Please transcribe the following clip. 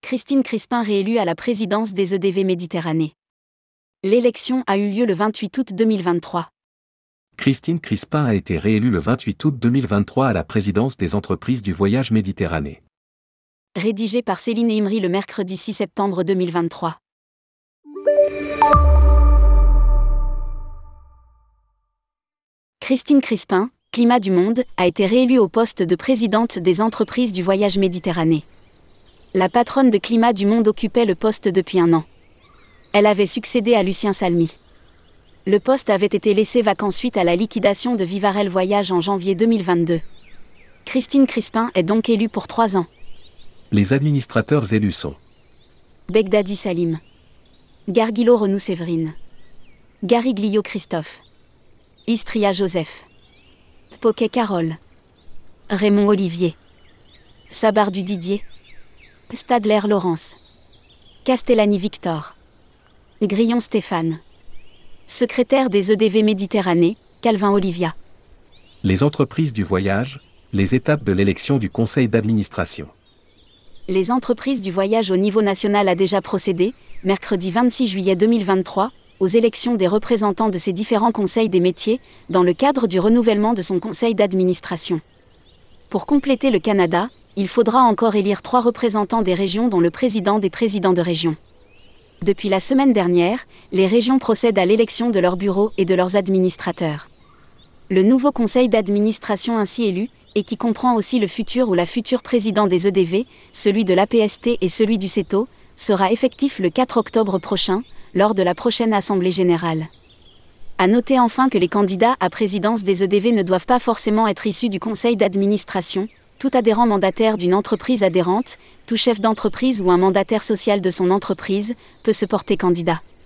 Christine Crispin réélue à la présidence des EDV Méditerranée. L'élection a eu lieu le 28 août 2023. Christine Crispin a été réélue le 28 août 2023 à la présidence des entreprises du voyage Méditerranée. Rédigé par Céline Imri le mercredi 6 septembre 2023. Christine Crispin, Climat du Monde, a été réélue au poste de présidente des entreprises du voyage Méditerranée. La patronne de Climat du Monde occupait le poste depuis un an. Elle avait succédé à Lucien Salmy. Le poste avait été laissé vacant suite à la liquidation de Vivarel Voyage en janvier 2022. Christine Crispin est donc élue pour 3 ans. Les administrateurs élus sont Begdadi Salim, Garguilo Renou Séverine, Gariglio Christophe, Istria Joseph, Poquet Carole, Raymond Olivier, Sabardu Didier, Stadler Laurence, Castellani Victor, Grillon Stéphane, secrétaire des EDV Méditerranée, Calvin Olivia. les entreprises du voyage, les étapes de l'élection du conseil d'administration. Les entreprises du voyage au niveau national a déjà procédé, mercredi 26 juillet 2023, aux élections des représentants de ses différents conseils des métiers, dans le cadre du renouvellement de son conseil d'administration. Pour compléter le Canada, il faudra encore élire 3 représentants des régions dont le président des présidents de région. Depuis la semaine dernière, les régions procèdent à l'élection de leurs bureaux et de leurs administrateurs. Le nouveau conseil d'administration ainsi élu, et qui comprend aussi le futur ou la future président des EDV, celui de l'APST et celui du CETO, sera effectif le 4 octobre prochain, lors de la prochaine Assemblée générale. À noter enfin que les candidats à présidence des EDV ne doivent pas forcément être issus du conseil d'administration. Tout adhérent mandataire d'une entreprise adhérente, tout chef d'entreprise ou un mandataire social de son entreprise, peut se porter candidat.